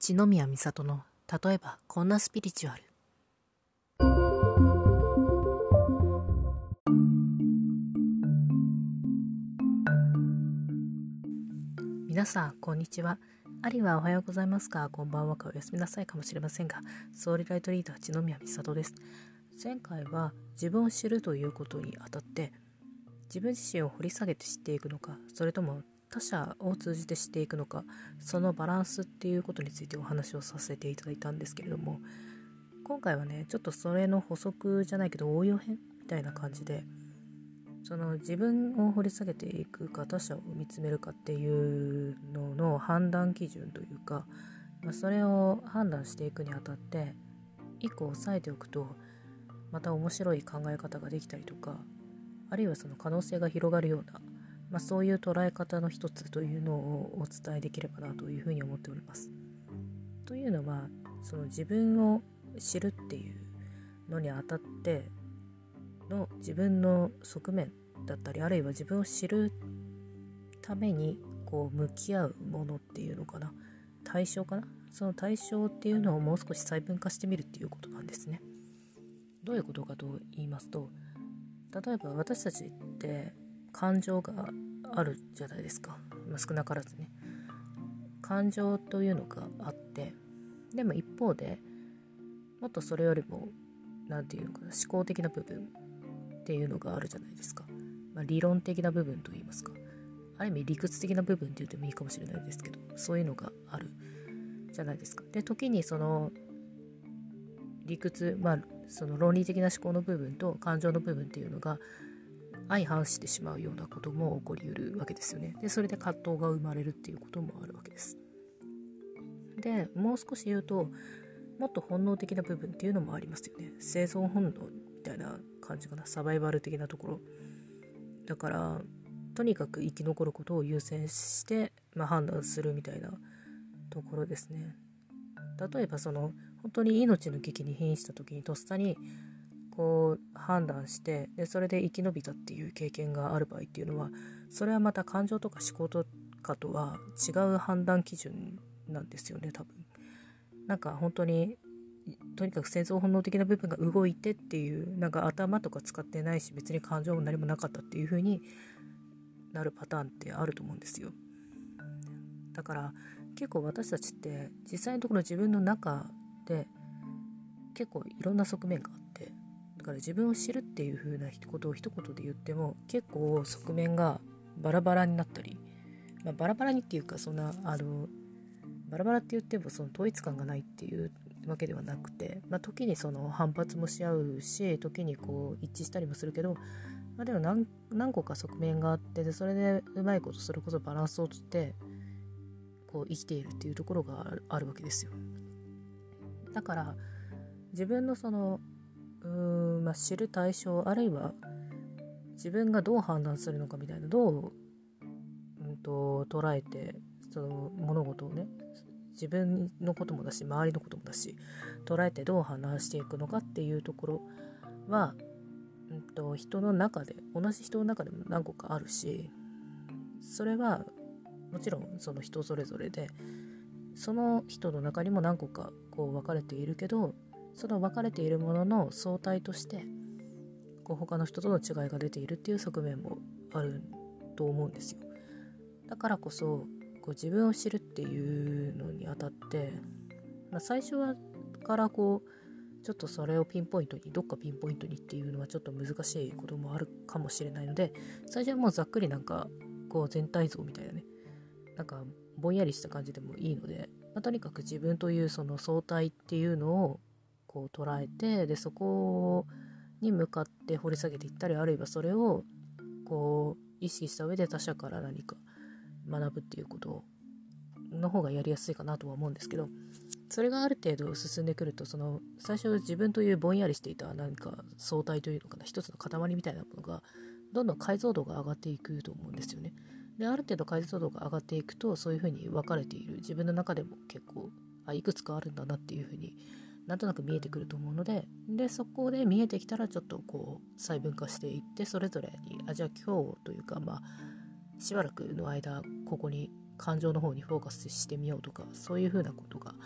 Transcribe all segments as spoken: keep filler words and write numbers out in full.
篠宮美里の例えばこんなスピリチュアル。皆さんこんにちは。あるいはおはようございますか、こんばんはか、おやすみなさいかもしれませんが、ソウルライトリーダー篠宮美里です。前回は自分を知るということにあたって自分自身を掘り下げて知っていくのか、それとも他者を通じて知っていくのか、そのバランスっていうことについてお話をさせていただいたんですけれども、今回はねちょっとそれの補足じゃないけど応用編みたいな感じで、その自分を掘り下げていくか他者を見つめるかっていうのの判断基準というか、まあ、それを判断していくにあたって一個押さえておくとまた面白い考え方ができたりとか、あるいはその可能性が広がるような、まあ、そういう捉え方の一つというのをお伝えできればなというふうに思っております。というのは、その自分を知るっていうのにあたっての自分の側面だったり、あるいは自分を知るためにこう向き合うものっていうのかな、対象かな、その対象っていうのをもう少し細分化してみるっていうことなんですね。どういうことかと言いますと、例えば私たちって感情があるじゃないですか、まあ、少なからずね感情というのがあって、でも一方でもっとそれよりもなんていうのかな、思考的な部分っていうのがあるじゃないですか、まあ、理論的な部分といいますか、ある意味理屈的な部分って言ってもいいかもしれないですけど、そういうのがあるじゃないですか。で、時にその理屈、まあその論理的な思考の部分と感情の部分っていうのが相反してしまうようなことも起こりうるわけですよね。で、それで葛藤が生まれるっていうこともあるわけです。で、もう少し言うと、もっと本能的な部分っていうのもありますよね。生存本能みたいな感じかな、サバイバル的なところだから、とにかく生き残ることを優先して、まあ、判断するみたいなところですね。例えばその本当に命の危機に瀕した時にとっさにこう判断して、でそれで生き延びたっていう経験がある場合っていうのは、それはまた感情とか思考とかとは違う判断基準なんですよね、多分。なんか本当にとにかく生存本能的な部分が動いてっていう、なんか頭とか使ってないし別に感情も何もなかったっていう風になるパターンってあると思うんですよ。だから結構私たちって実際のところ自分の中で結構いろんな側面があって、だから自分を知るっていう風なことを一言で言っても結構側面がバラバラになったり、まあ、バラバラにっていうか、そんなあのバラバラって言ってもその統一感がないっていうわけではなくて、まあ、時にその反発もし合うし、時にこう一致したりもするけど、まあ、でも 何, 何個か側面があって、でそれでうまいことそれこそバランスをとってこう生きているっていうところがある、あるわけですよ。だから自分のそのうーん、まあ、知る対象、あるいは自分がどう判断するのかみたいな、どう、うん、と捉えてその物事をね、自分のこともだし周りのこともだし捉えてどう判断していくのかっていうところは、うんと、人の中で同じ人の中でも何個かあるし、それはもちろんその人それぞれで、その人の中にも何個かこう分かれているけど、その分かれているものの相対としてこう他の人との違いが出ているっていう側面もあると思うんですよ。だからこそこう自分を知るっていうのにあたって、まあ、最初はからこうちょっとそれをピンポイントにどっかピンポイントにっていうのはちょっと難しいこともあるかもしれないので、最初はもうざっくりなんかこう全体像みたいなね、なんかぼんやりした感じでもいいので、まあ、とにかく自分というその相対っていうのをこう捉えて、でそこに向かって掘り下げていったり、あるいはそれをこう意識した上で他者から何か学ぶっていうことの方がやりやすいかなとは思うんですけど、それがある程度進んでくると、その最初自分というぼんやりしていた何か相対というのかな、一つの塊みたいなものがどんどん解像度が上がっていくと思うんですよね。で、ある程度解像度が上がっていくと、そういうふうに分かれている自分の中でも結構あいくつかあるんだなっていうふうになんとなく見えてくると思うので、でそこで見えてきたらちょっとこう細分化していって、それぞれにあじゃあ今日というか、まあしばらくの間ここに感情の方にフォーカスしてみようとか、そういうふうなことが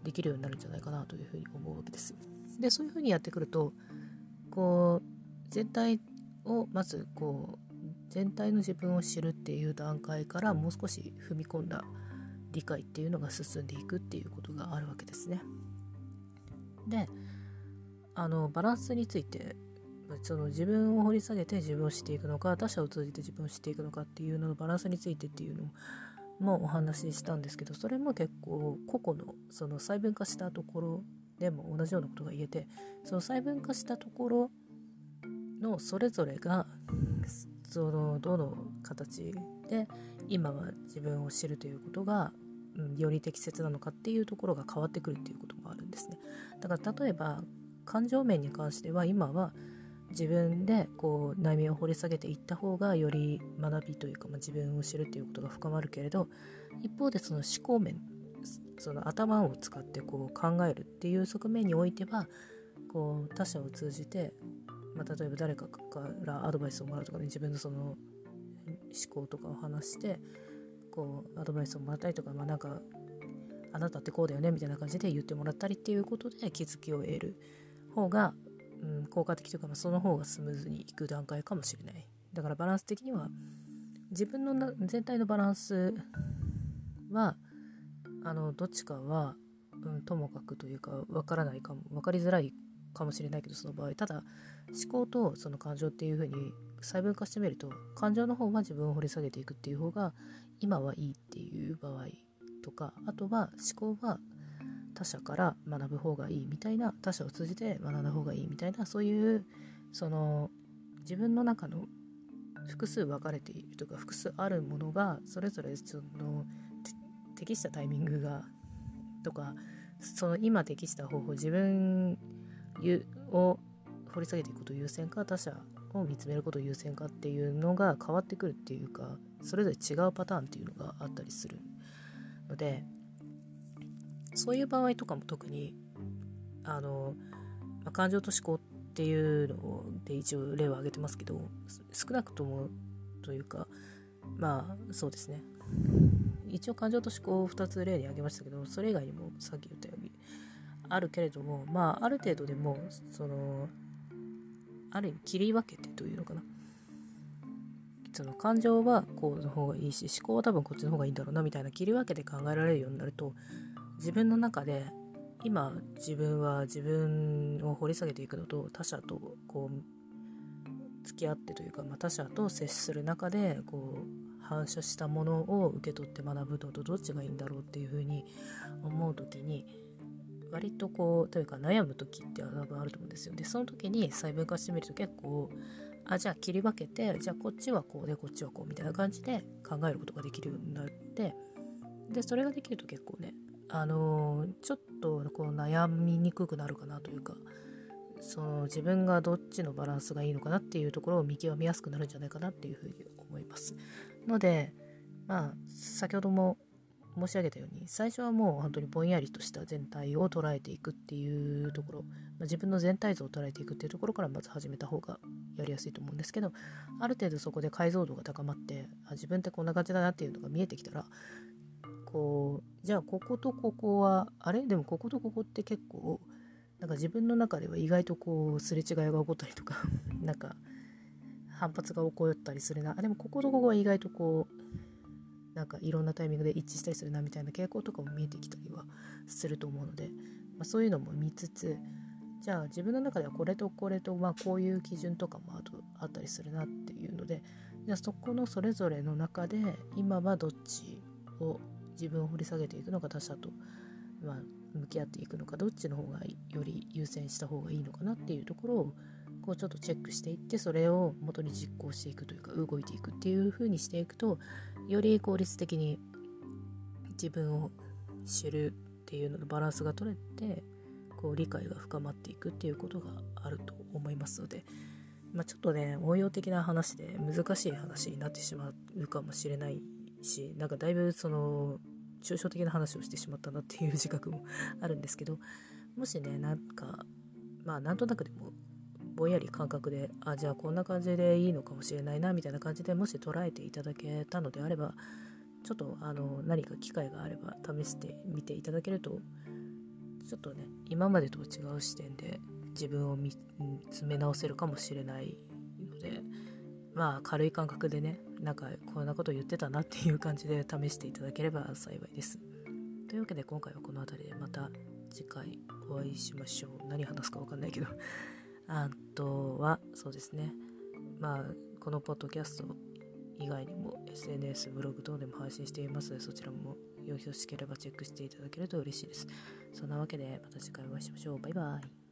できるようになるんじゃないかなというふうに思うわけですよ。でそういうふうにやってくるとこう全体をまずこう全体の自分を知るっていう段階からもう少し踏み込んだ理解っていうのが進んでいくっていうことがあるわけですね。であのバランスについてその自分を掘り下げて自分を知っていくのか他者を通じて自分を知っていくのかっていうののバランスについてっていうのもお話ししたんですけど、それも結構個々のその細分化したところでも同じようなことが言えて、その細分化したところのそれぞれがそのどの形で今は自分を知るということが、うん、より適切なのかっていうところが変わってくるっていうこともあるんですね。だから例えば感情面に関しては今は自分でこう内面を掘り下げていった方がより学びというか、まあ、自分を知るということが深まるけれど、一方でその思考面、その頭を使ってこう考えるっていう側面においてはこう他者を通じて、まあ、例えば誰かからアドバイスをもらうとかね、自分のその思考とかを話してこうアドバイスをもらったりとか、まあなんかあなたってこうだよねみたいな感じで言ってもらったりっていうことで気づきを得る方が、うん、効果的というか、まあ、その方がスムーズにいく段階かもしれない。だからバランス的には自分の全体のバランスはあのどっちかは、うん、ともかくというか分からないかも分かりづらいかもしれないけど、その場合ただ思考とその感情っていう風に細分化してみると、感情の方は自分を掘り下げていくっていう方が今はいいっていう場合とか、あとは思考は他者から学ぶ方がいいみたいな、他者を通じて学んだ方がいいみたいな、そういうその自分の中の複数分かれているとか複数あるものがそれぞれその適したタイミングがとか、その今適した方法、自分を掘り下げていくことを優先か他者を見つめることを優先かっていうのが変わってくるっていうか、それぞれ違うパターンっていうのがあったりするので、そういう場合とかも特にあの、まあ、感情と思考っていうので一応例を挙げてますけど、少なくともというかまあそうですね、一応感情と思考をふたつ例に挙げましたけど、それ以外にもさっき言ったようにあるけれども、まあある程度でもそのある意味切り分けてというのかな、その感情はこうの方がいいし思考は多分こっちの方がいいんだろうなみたいな切り分けて考えられるようになると、自分の中で今自分は自分を掘り下げていくのと他者とこう付き合ってというか、まあ、他者と接する中でこう反射したものを受け取って学ぶのとどっちがいいんだろうっていうふうに思うときに、割とこうというか悩む時って多分あると思うんですよ。でその時に細分化してみると結構あじゃあ切り分けて、じゃあこっちはこうでこっちはこうみたいな感じで考えることができるようになって、でそれができると結構ねあのー、ちょっとこう悩みにくくなるかなというか、その自分がどっちのバランスがいいのかなっていうところを見極めやすくなるんじゃないかなっていうふうに思いますので、まあ先ほども申し上げたように最初はもう本当にぼんやりとした全体を捉えていくっていうところ、まあ、自分の全体像を捉えていくっていうところからまず始めた方がやりやすいと思うんですけど、ある程度そこで解像度が高まってあ自分ってこんな感じだなっていうのが見えてきたら、こうじゃあこことここはあれでもこことここって結構なんか自分の中では意外とこうすれ違いが起こったりとかなんか反発が起こったりするなあ、でもこことここは意外とこうなんかいろんなタイミングで一致したりするなみたいな傾向とかも見えてきたりはすると思うので、まあ、そういうのも見つつ、じゃあ自分の中ではこれとこれとまあこういう基準とかもあとあったりするなっていうので、じゃあそこのそれぞれの中で今はどっちを自分を掘り下げていくのか、他者とまあ向き合っていくのか、どっちの方がより優先した方がいいのかなっていうところをこうちょっとチェックしていって、それを元に実行していくというか動いていくっていう風にしていくと、より効率的に自分を知るっていうののバランスが取れてこう理解が深まっていくっていうことがあると思いますので、まあ、ちょっとね応用的な話で難しい話になってしまうかもしれないし、なんかだいぶその抽象的な話をしてしまったなっていう自覚もあるんですけど、もしねなんかまあなんとなくでもぼんやり感覚であじゃあこんな感じでいいのかもしれないなみたいな感じでもし捉えていただけたのであれば、ちょっとあの何か機会があれば試してみていただけるとちょっとね今までと違う視点で自分を見つめ直せるかもしれないので、まあ軽い感覚でね、なんかこんなこと言ってたなっていう感じで試していただければ幸いです。というわけで今回はこの辺りで、また次回お会いしましょう。何話すか分かんないけどあとはそうですね、まあこのポッドキャスト以外にも エスエヌエス、ブログ等でも配信していますので、そちらもよろしければチェックしていただけると嬉しいです。そんなわけでまた次回お会いしましょう。バイバイ。